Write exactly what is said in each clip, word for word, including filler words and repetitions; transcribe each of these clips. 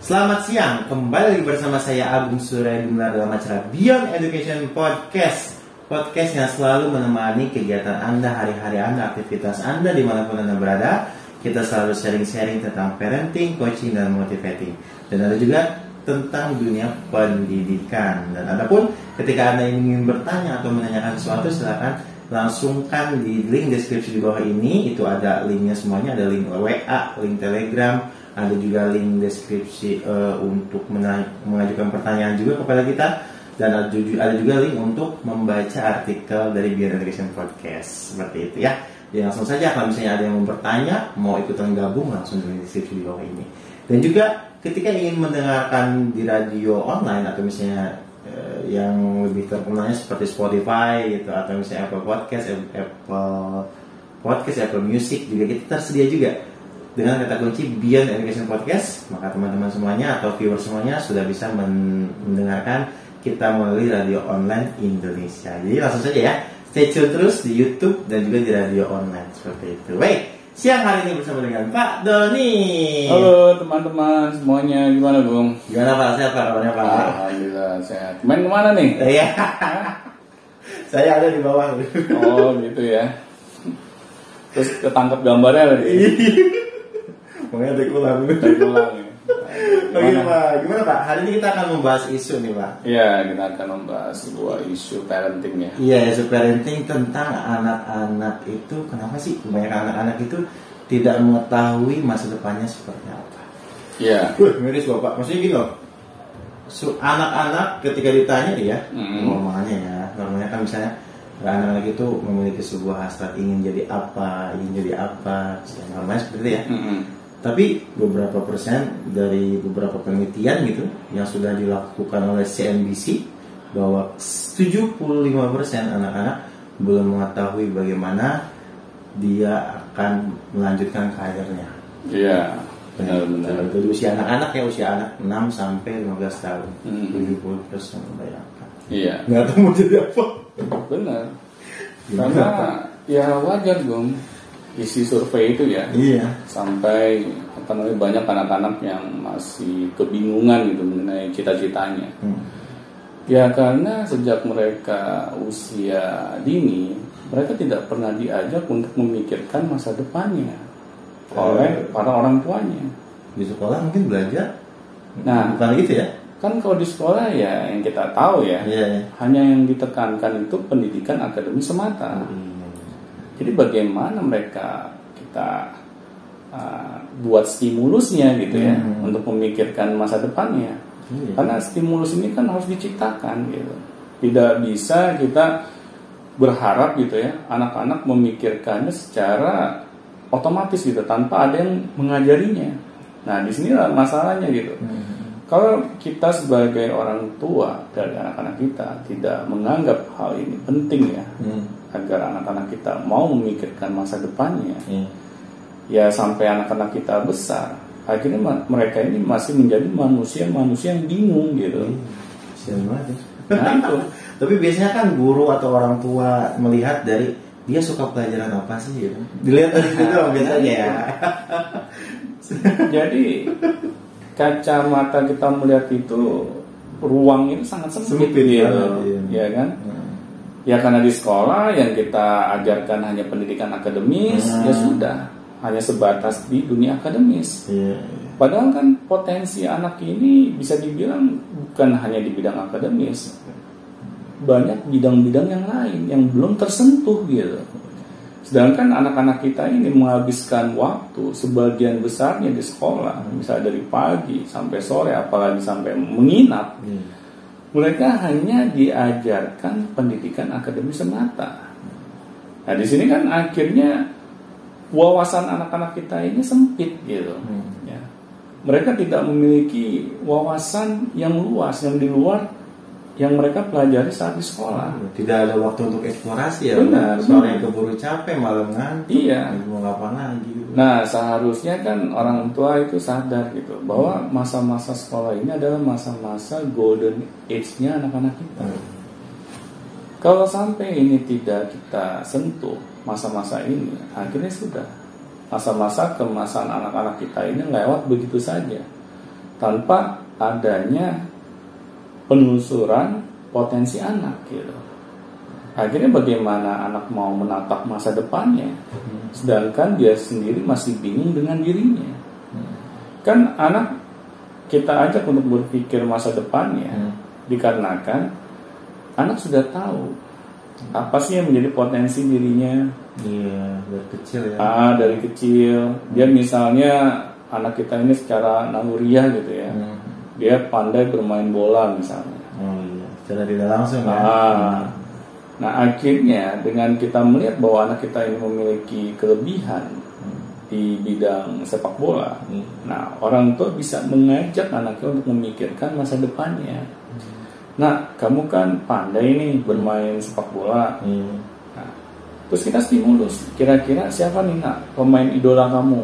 Selamat siang, kembali lagi bersama saya Agung Surya Dumlar dalam acara Beyond Education Podcast. Podcast yang selalu menemani kegiatan Anda, hari-hari Anda, aktivitas Anda dimanapun Anda berada. Kita selalu sharing-sharing tentang parenting, coaching, dan motivating. Dan ada juga tentang dunia pendidikan. Dan adapun ketika Anda ingin bertanya atau menanyakan sesuatu, silakan langsungkan di link deskripsi di bawah ini. Itu ada linknya semuanya, ada link W A, link Telegram, ada juga link deskripsi uh, untuk mengajukan pertanyaan juga kepada kita, dan ada juga, ada juga link untuk membaca artikel dari Beyond Education Podcast. Seperti itu ya. Jadi langsung saja kalau misalnya ada yang mau bertanya, mau ikutan gabung, langsung di deskripsi di bawah ini. Dan juga ketika ingin mendengarkan di radio online atau misalnya uh, yang lebih terkenalnya seperti Spotify gitu, atau misalnya Apple Podcast, Apple Podcast, Apple Music juga kita tersedia juga dengan kata kunci Beyond Education Podcast. Maka teman-teman semuanya atau viewer semuanya sudah bisa mendengarkan kita melalui radio online Indonesia. Jadi langsung saja ya, stay tune terus di YouTube dan juga di radio online seperti itu. Baik, siang hari ini bersama dengan Pak Doni. Halo teman-teman semuanya, gimana Bung? Gimana Pak? Sehat Pak? Kabarnya Pak? Alhamdulillah sehat. Main kemana nih? Iya. Saya ada di bawah. Oh gitu ya. Terus ketangkep gambarnya lagi. Makanya take ulang. Take ulang ya. Oke Pak, gimana Pak? Hari ini kita akan membahas isu nih Pak. Iya, kita akan membahas sebuah isu parenting ya. Iya, isu parenting tentang anak-anak itu. Kenapa sih kebanyakan anak-anak itu tidak mengetahui masa depannya seperti apa? Iya. Wih, miris Bapak. Maksudnya gini loh. So, anak-anak ketika ditanya ya, mm-hmm. ngomongannya ya, normalnya kan misalnya anak-anak itu memiliki sebuah hasrat ingin jadi apa, ingin jadi apa, normalnya seperti itu ya. Mm-hmm. Tapi beberapa persen dari beberapa penelitian gitu yang sudah dilakukan oleh C N B C bahwa tujuh puluh lima persen anak-anak belum mengetahui bagaimana dia akan melanjutkan karirnya. Iya, benar-benar. Dari usia anak-anak ya, usia anak enam sampai lima belas tahun. Hmm. tujuh puluh persen membayangkan. Iya. Nggak tahu mau jadi apa. Benar. Karena ya wajar dong. Isi survei itu ya, iya. Sampai apa namanya banyak anak-anak yang masih kebingungan gitu mengenai cita-citanya. Hmm. Ya karena sejak mereka usia dini, mereka tidak pernah diajak untuk memikirkan masa depannya oleh eh, para orang tuanya. Di sekolah mungkin belajar, nah bukan gitu ya? Kan kalau di sekolah ya yang kita tahu ya, iya, iya. hanya yang ditekankan itu pendidikan akademis semata. Hmm. Jadi bagaimana mereka kita uh, buat stimulusnya gitu ya, hmm. untuk memikirkan masa depannya. Hmm. Karena stimulus ini kan harus diciptakan gitu. Tidak bisa kita berharap gitu ya, anak-anak memikirkannya secara otomatis gitu tanpa ada yang mengajarinya. Nah, di sini masalahnya gitu. Hmm. Kalau kita sebagai orang tua dari anak-anak kita tidak menganggap hal ini penting ya, hmm. agar anak-anak kita mau memikirkan masa depannya, hmm. ya sampai anak-anak kita besar, akhirnya mereka ini masih menjadi manusia-manusia yang bingung gitu. Hmm. Nah itu. Tapi biasanya kan guru atau orang tua melihat dari dia suka pelajaran apa sih gitu. Dilihat dari situ nah, biasanya ya. Jadi kacamata kita melihat itu ruang itu sangat sempit gitu, ya kan? Hmm. Ya karena di sekolah yang kita ajarkan hanya pendidikan akademis, hmm. ya sudah hanya sebatas di dunia akademis. Yeah. Padahal kan potensi anak ini bisa dibilang bukan hanya di bidang akademis, banyak bidang-bidang yang lain yang belum tersentuh gitu. Sedangkan anak-anak kita ini menghabiskan waktu sebagian besarnya di sekolah, misalnya dari pagi sampai sore, apalagi sampai menginap. Hmm. Mereka hanya diajarkan pendidikan akademis semata. Nah, di sini kan akhirnya wawasan anak-anak kita ini sempit gitu. Hmm. Ya. Mereka tidak memiliki wawasan yang luas, yang di luar yang mereka pelajari saat di sekolah. Tidak ada waktu untuk eksplorasi ya. Benar. Soalnya keburu capek, malam ngantuk. Iya. Mau ngapain lagi? Gitu. Nah, seharusnya kan orang tua itu sadar gitu bahwa masa-masa sekolah ini adalah masa-masa golden age-nya anak-anak kita. Hmm. Kalau sampai ini tidak kita sentuh masa-masa ini, akhirnya sudah masa-masa kemasan anak-anak kita ini lewat begitu saja. tanpa adanya penelusuran potensi anak gitu. Akhirnya bagaimana anak mau menatap masa depannya, sedangkan dia sendiri masih bingung dengan dirinya. Kan anak kita ajak untuk berpikir masa depannya, hmm. dikarenakan anak sudah tahu apa sih yang menjadi potensi dirinya. Iya, dari kecil ya. Ah, dari kecil. Dia misalnya anak kita ini secara naluriah gitu ya, hmm. dia pandai bermain bola misalnya. Oh iya, secara tidak langsung ya. Ah. Nah akhirnya dengan kita melihat bahwa anak kita ini memiliki kelebihan hmm. di bidang sepak bola, hmm. nah orang tua bisa mengajak anaknya untuk memikirkan masa depannya. Hmm. Nah kamu kan pandai nih bermain sepak bola, hmm. nah, terus kita stimulus, kira-kira siapa nih nak pemain idola kamu?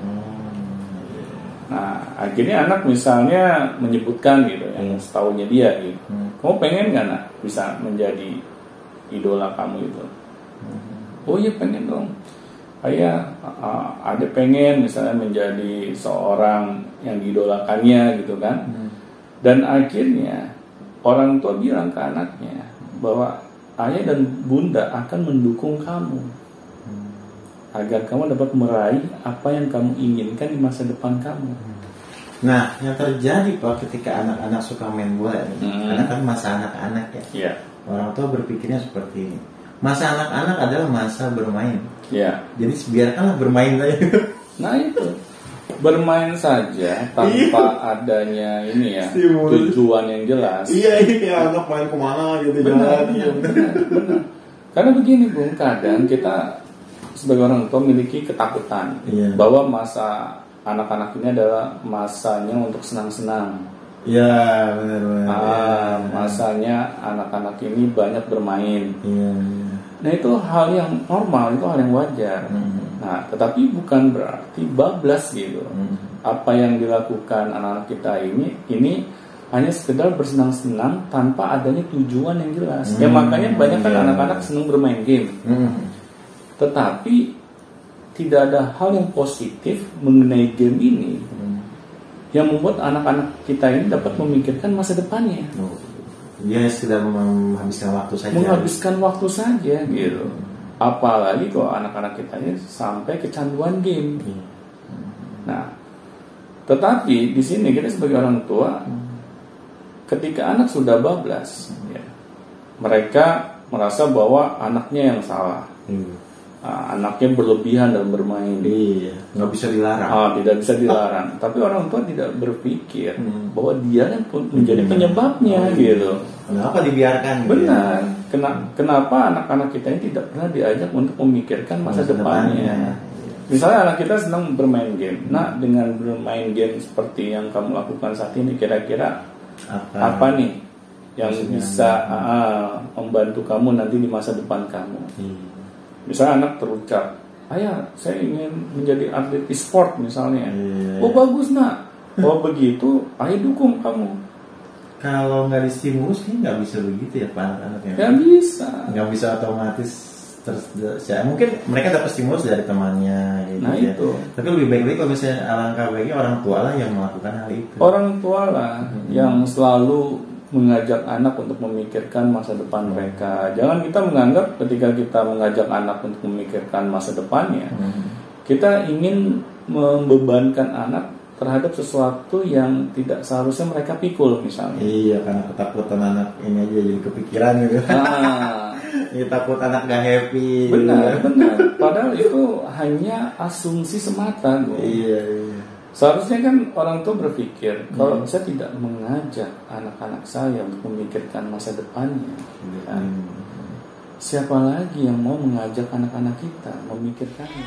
Hmm. Nah akhirnya anak misalnya menyebutkan gitu ya, hmm. setahunya dia gitu, hmm. kamu pengen gak nak bisa menjadi idola kamu itu? Hmm. Oh iya pengen dong. Ayah uh, ada pengen misalnya menjadi seorang yang diidolakannya gitu kan. Hmm. Dan akhirnya orang tua bilang ke anaknya bahwa ayah dan bunda akan mendukung kamu hmm. agar kamu dapat meraih apa yang kamu inginkan di masa depan kamu. Nah, yang terjadi Pak ketika anak-anak suka main bola, hmm. karena kan masa anak-anak ya. Yeah. Orang tua berpikirnya seperti ini. Masa anak-anak adalah masa bermain. Ya. Jadi biarkanlah bermain saja. Nah itu, bermain saja tanpa adanya ini ya Stimulus. Tujuan yang jelas. Iya iya, anak main kemana gitu. Benar, benar, benar, benar. Karena begini Bung, kadang kita sebagai orang tua memiliki ketakutan iya. bahwa masa anak-anak ini adalah masanya untuk senang-senang. Ya benar-benar. Ah, masanya anak-anak ini banyak bermain. Ya, ya. Nah itu hal yang normal, itu hal yang wajar. Hmm. Nah tetapi bukan berarti bablas gitu. Hmm. Apa yang dilakukan anak-anak kita ini, ini hanya sekedar bersenang-senang tanpa adanya tujuan yang jelas. Hmm. Ya makanya banyak kan ya. anak-anak senang bermain game. Hmm. Tetapi tidak ada hal yang positif mengenai game ini. Hmm. Yang membuat anak-anak kita ini dapat memikirkan masa depannya. Oh, dia sudah menghabiskan waktu saja. Menghabiskan waktu saja, hmm. gitu. Apalagi kalau anak-anak kita ini sampai kecanduan game. Hmm. Nah, tetapi di sini kita sebagai orang tua, hmm. ketika anak sudah bablas, hmm. ya, mereka merasa bahwa anaknya yang salah. Hmm. Nah, anaknya berlebihan dalam bermain. Iya, nggak bisa dilarang. Ah, tidak bisa dilarang. Tapi orang tua tidak berpikir hmm. bahwa dia yang menjadi penyebabnya, oh, gitu. Kenapa dibiarkan? Benar. Gitu? Kena, kenapa anak-anak kita ini tidak pernah diajak untuk memikirkan masa, masa depannya? depannya. Misalnya anak kita senang bermain game. Nah, dengan bermain game seperti yang kamu lakukan saat ini, kira-kira apa, apa nih yang Maksudnya bisa uh, membantu kamu nanti di masa depan kamu? Hmm. Misalnya anak terucap, ayah saya ingin menjadi atlet e-sport misalnya. Yeah. Oh bagus nak. Oh begitu, ayah dukung kamu. Kalau nggak distimulus, sih nggak bisa begitu ya Pak anak-anaknya. Nggak bisa. Nggak bisa otomatis terus. Ya, mungkin mereka dapat stimulus dari temannya. Gitu, nah ya. itu. Tapi lebih baik lagi kalau misalnya alangkah baiknya orang tua lah yang melakukan hal itu. Orang tua lah hmm. yang selalu mengajak anak untuk memikirkan masa depan mereka. Jangan kita menganggap ketika kita mengajak anak untuk memikirkan masa depannya, hmm. kita ingin membebankan anak terhadap sesuatu yang tidak seharusnya mereka pikul misalnya. Iya, karena ketakutan anak ini aja jadi kepikiran gitu. Ah. Ya, takut anak gak happy. Benar, gitu. benar. Padahal itu hanya asumsi semata. Bro. Iya, iya. Seharusnya kan orang tua berpikir hmm. kalau saya tidak mengajak anak-anak saya untuk memikirkan masa depannya, hmm. ya, siapa lagi yang mau mengajak anak-anak kita memikirkannya?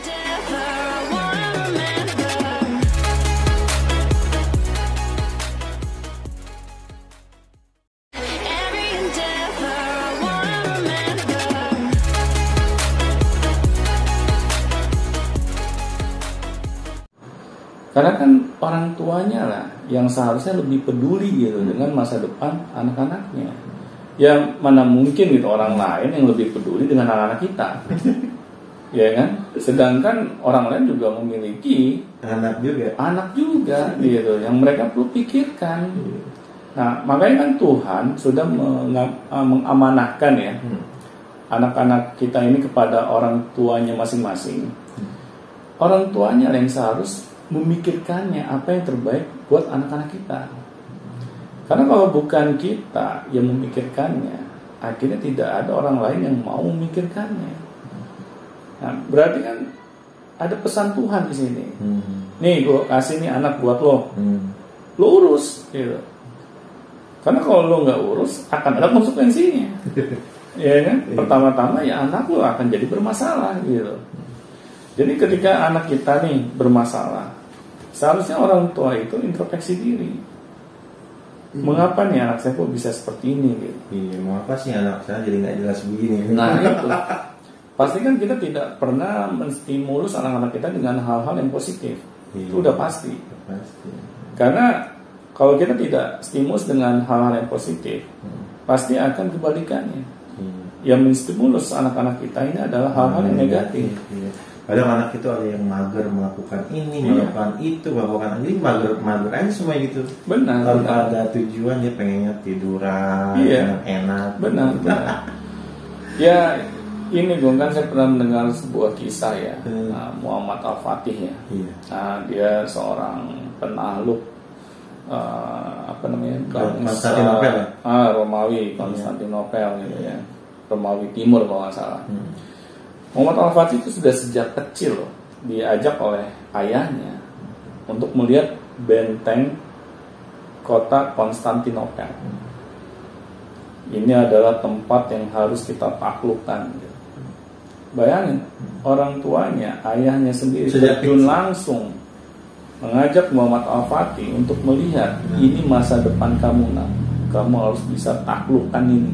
Karena kan orang tuanya lah yang seharusnya lebih peduli gitu dengan masa depan anak-anaknya. Ya mana mungkin gitu orang lain yang lebih peduli dengan anak-anak kita. ya kan? Sedangkan orang lain juga memiliki anak juga, anak juga, gitu, yang mereka perlu pikirkan. Nah, makanya kan Tuhan sudah mengamanahkan ya hmm. anak-anak kita ini kepada orang tuanya masing-masing. Hmm. Orang tuanya yang seharus memikirkannya apa yang terbaik buat anak-anak kita. Karena kalau bukan kita yang memikirkannya, akhirnya tidak ada orang lain yang mau memikirkannya. Nah, berarti kan ada pesan Tuhan di sini. Hmm. Nih, gue kasih nih anak buat lo, hmm. lo urus, gitu. Karena kalau lo nggak urus, akan ada konsekuensinya. Ya kan? Pertama-tama ya anak lo akan jadi bermasalah, gitu. Jadi ketika anak kita nih bermasalah, seharusnya orang tua itu introspeksi diri. Hmm. Mengapa nih anak saya kok bisa seperti ini, gitu? Iya, mengapa sih anak saya jadi nggak jelas begini? Nah itu. Pasti kan kita tidak pernah menstimulus anak-anak kita dengan hal-hal yang positif. Iya. Itu udah pasti. Pasti. Karena kalau kita tidak stimulus dengan hal-hal yang positif, hmm. pasti akan kebalikannya. Hmm. Yang menstimulus anak-anak kita ini adalah hal-hal yang negatif. Iya. Kadang anak itu ada yang mager melakukan ini, iya. melakukan itu, melakukan ini, mager-mager aja semua gitu. Benar. Tanpa ada tujuan, dia pengennya tiduran, iya. enak. Benar. benar. Ya. Ini gue kan saya pernah mendengar sebuah kisah ya, hmm. nah, Muhammad Al-Fatih ya, iya. nah, dia seorang penakluk uh, apa namanya, Konstantinopel, ah, Romawi, Konstantinopel iya. gitu ya, Romawi Timur kalau nggak salah. Hmm. Muhammad Al-Fatih itu sudah sejak kecil loh, diajak oleh ayahnya untuk melihat benteng kota Konstantinopel. Hmm. Ini adalah tempat yang harus kita taklukkan. Bayangin, orang tuanya, ayahnya sendiri terjun langsung mengajak Muhammad Al-Fatih untuk melihat hmm. ini masa depan kamu, nak. Kamu harus bisa taklukkan ini.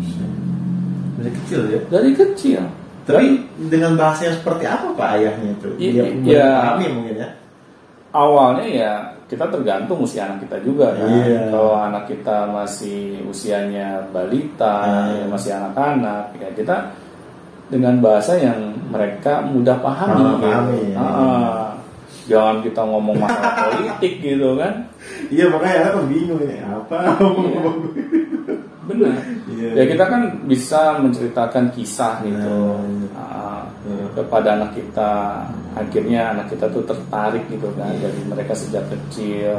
Dari kecil ya? Dari kecil. Tapi Dan, dengan bahasa yang seperti apa Pak ayahnya itu? Dia ya, memahami mungkin ya? Awalnya ya kita tergantung usia anak kita juga kan. Yeah. Kalau anak kita masih usianya balita, yeah. ya masih anak-anak, ya kita dengan bahasa yang mereka mudah pahami. Ah, gitu. pahami ya. ah, jangan kita ngomong masalah politik gitu kan. Iya makanya anak bingung ini apa. Yeah. Benar. Yeah. Ya kita kan bisa menceritakan kisah gitu. Yeah. Uh, yeah. kepada anak kita. Akhirnya anak kita tuh tertarik gitu kan dari mereka sejak kecil.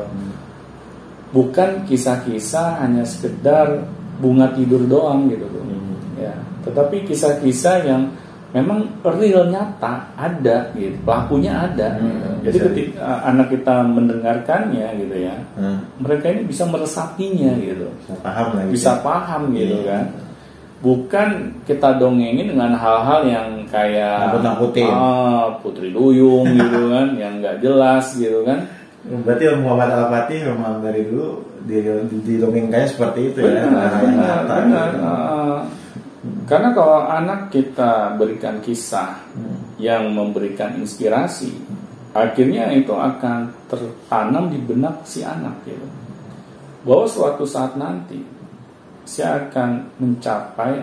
Bukan kisah-kisah hanya sekedar bunga tidur doang gitu tuh. Hmm. Ya, tetapi kisah-kisah yang memang real nyata ada gitu, pelakunya ada. Hmm. Gitu. Jadi ketika uh, anak kita mendengarkannya gitu ya, hmm. mereka ini bisa meresapinya gitu. Bisa paham lagi. Bisa paham gitu yeah. kan. Bukan kita dongengin dengan hal-hal yang kayak nakut-nakutin, ah, Putri Duyung gitu kan, yang nggak jelas gitu kan. Berarti Muhammad Al-Fatih memang dari dulu didongengkannya seperti itu benar, ya. Benar, benar. benar. Uh, karena kalau anak kita berikan kisah hmm. yang memberikan inspirasi, hmm. akhirnya itu akan tertanam di benak si anak gitu. Bahwa suatu saat nanti saya akan mencapai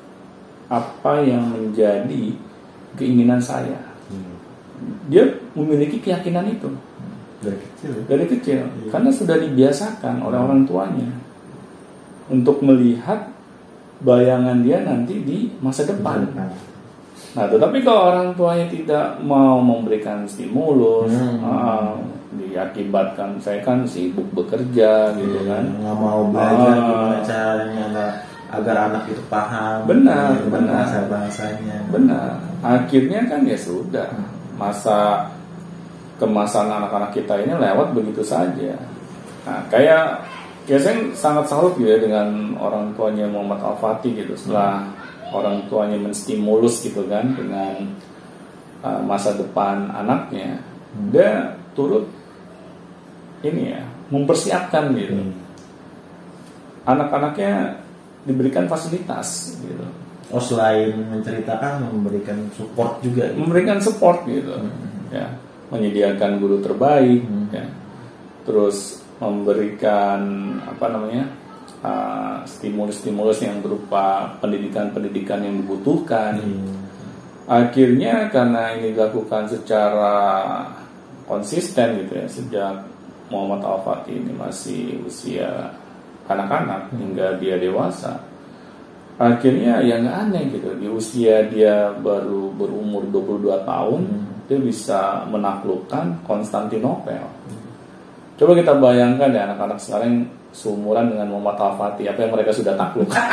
apa yang menjadi keinginan saya. Hmm. Dia memiliki keyakinan itu dari kecil. Dari kecil, iya. Karena sudah dibiasakan oleh orang tuanya untuk melihat bayangan dia nanti di masa depan. Masa depan. Nah, tetapi kalau orang tuanya tidak mau memberikan stimulus, hmm. uh, diakibatkan saya kan sibuk bekerja gitu yeah, kan, nggak mau belajar uh, gimana caranya agar anak itu paham, benar, ya, benar bahasa bahasanya, benar. Akhirnya kan ya sudah masa kemasan anak-anak kita ini lewat begitu saja. Nah, kayak ya saya sangat salut gitu ya dengan orang tuanya Muhammad Al-Fatih gitu setelah hmm. orang tuanya menstimulus gitu kan dengan uh, masa depan anaknya, hmm. dia turut ini ya mempersiapkan gitu. Hmm. Anak-anaknya diberikan fasilitas gitu. Oh, selain menceritakan memberikan support juga gitu. Memberikan support gitu. Hmm. Ya, menyediakan guru terbaik hmm. ya. Terus memberikan apa namanya? Uh, stimulus-stimulus yang berupa pendidikan-pendidikan yang dibutuhkan. Hmm. akhirnya karena ini dilakukan secara konsisten gitu ya sejak Muhammad Al-Fatih ini masih usia anak-anak hingga dia dewasa, akhirnya ya nggak aneh gitu, di usia dia baru berumur dua puluh dua tahun hmm. dia bisa menaklukkan Konstantinopel. Coba kita bayangkan ya anak-anak sekarang seumuran dengan Muhammad Al-Fatih, apa yang mereka sudah taklukkan.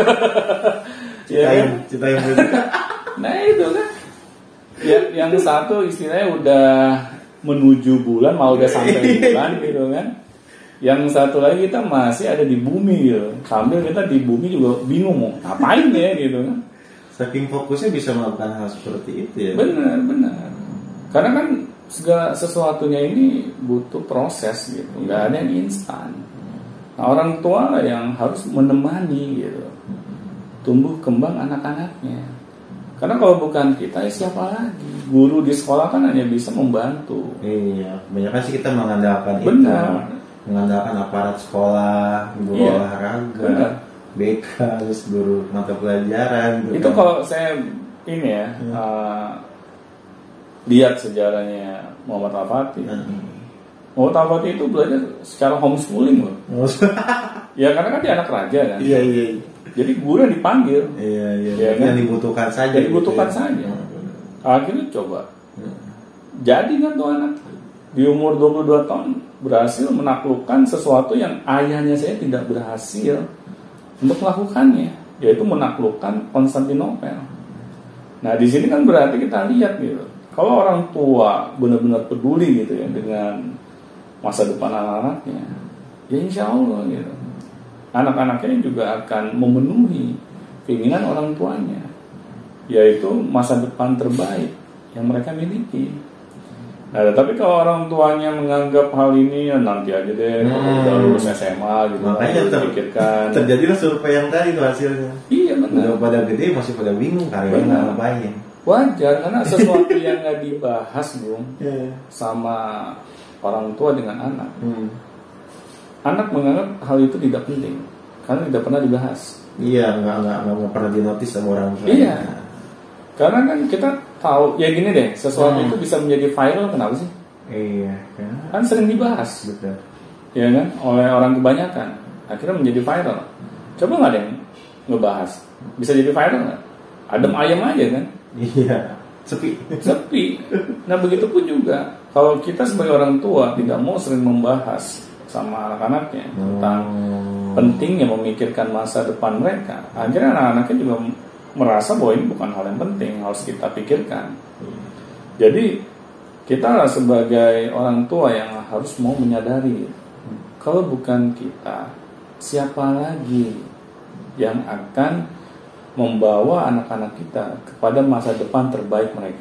Cita yang cita yang nah itu kan yang, yang satu istilahnya udah menuju bulan, mau udah sampai bulan gitu kan. Yang satu lagi kita masih ada di bumi gitu. Sambil kita di bumi juga bingung mau ngapain ya gitu kan. Saking fokusnya bisa melakukan hal seperti itu ya. Benar, benar. Karena kan segala sesuatunya ini butuh proses gitu. Nggak ada yang instan. Nah, orang tua lah yang harus menemani gitu. Tumbuh kembang anak-anaknya. Karena kalau bukan kita, ya siapa lagi? Guru di sekolah kan hanya bisa membantu. Iya, kebanyakan sih kita mengandalkan benar. itu, mengandalkan aparat sekolah, guru iya, olahraga, benar. B K, terus guru mata pelajaran. Gitu. Itu kalau saya ini ya, hmm. uh, lihat sejarahnya Muhammad Al-Fatih. Hmm. Muhammad Al-Fatih itu belajar secara homeschooling loh. Ya karena kan dia anak raja kan. Iya iya. Jadi guru yang dipanggil, iya, iya. Ya, yang kan? dibutuhkan saja. Yang dibutuhkan gitu, saja. Hmm. Akhirnya coba, hmm. jadi kan tuh anak di umur dua puluh dua tahun berhasil menaklukkan sesuatu yang ayahnya saya tidak berhasil untuk melakukannya, yaitu menaklukkan Konstantinopel. Nah di sini kan berarti kita lihat gitu, kalau orang tua benar-benar peduli gitu ya dengan masa depan anak-anaknya, ya insya Allah gitu. Anak-anaknya juga akan memenuhi keinginan orang tuanya, yaitu masa depan terbaik yang mereka miliki. Nah, tapi kalau orang tuanya menganggap hal ini ya nanti aja deh, hmm. udah lulus S M A gitu, makanya ter- pikirkan. Terjadilah survei yang tadi itu hasilnya. Iya benar. Udah pada gede masih pada bingung karyanya nggak ngapain. Wajar karena sesuatu yang nggak dibahas Bung yeah. sama orang tua dengan anak. Hmm. Anak menganggap hal itu tidak penting karena tidak pernah dibahas. Iya, nggak nggak nggak pernah dinotis sama orang tua. Iya, karena kan kita tahu ya gini deh, sesuatu hmm. itu bisa menjadi viral kenapa sih? Iya, kan, kan sering dibahas, betul. Ya kan, oleh orang kebanyakan, akhirnya menjadi viral. Coba nggak deh ngebahas, bisa jadi viral nggak? Adem ayam aja kan? Iya, sepi. Sepi. Nah begitu pun juga kalau kita sebagai orang tua tidak mau sering membahas sama anak-anaknya tentang hmm. pentingnya memikirkan masa depan mereka, akhirnya anak-anaknya juga merasa bahwa ini bukan hal yang penting harus kita pikirkan. Hmm. Jadi kita sebagai orang tua yang harus mau menyadari hmm. kalau bukan kita, siapa lagi yang akan membawa anak-anak kita kepada masa depan terbaik mereka?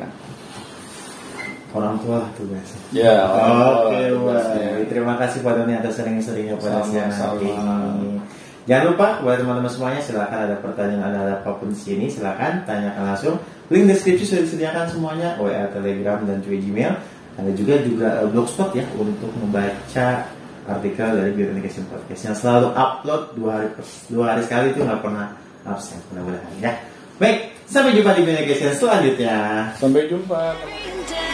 Orang tua lah tuh guys. Ya. Oke, okay, terima kasih Pak Doni atas sering-seringnya pada siang hari ini. Jangan lupa buat teman-teman semuanya, silakan ada pertanyaan, ada apapun di sini silakan tanyakan langsung. Link deskripsi sudah disediakan semuanya, W A, Telegram dan juga Gmail. Ada juga juga blogspot ya untuk membaca artikel dari Beyond Education Podcast yang selalu upload dua hari dua hari sekali itu nggak pernah absen, mudah-mudahan ya. Baik, sampai jumpa di Beyond Education selanjutnya. Sampai jumpa.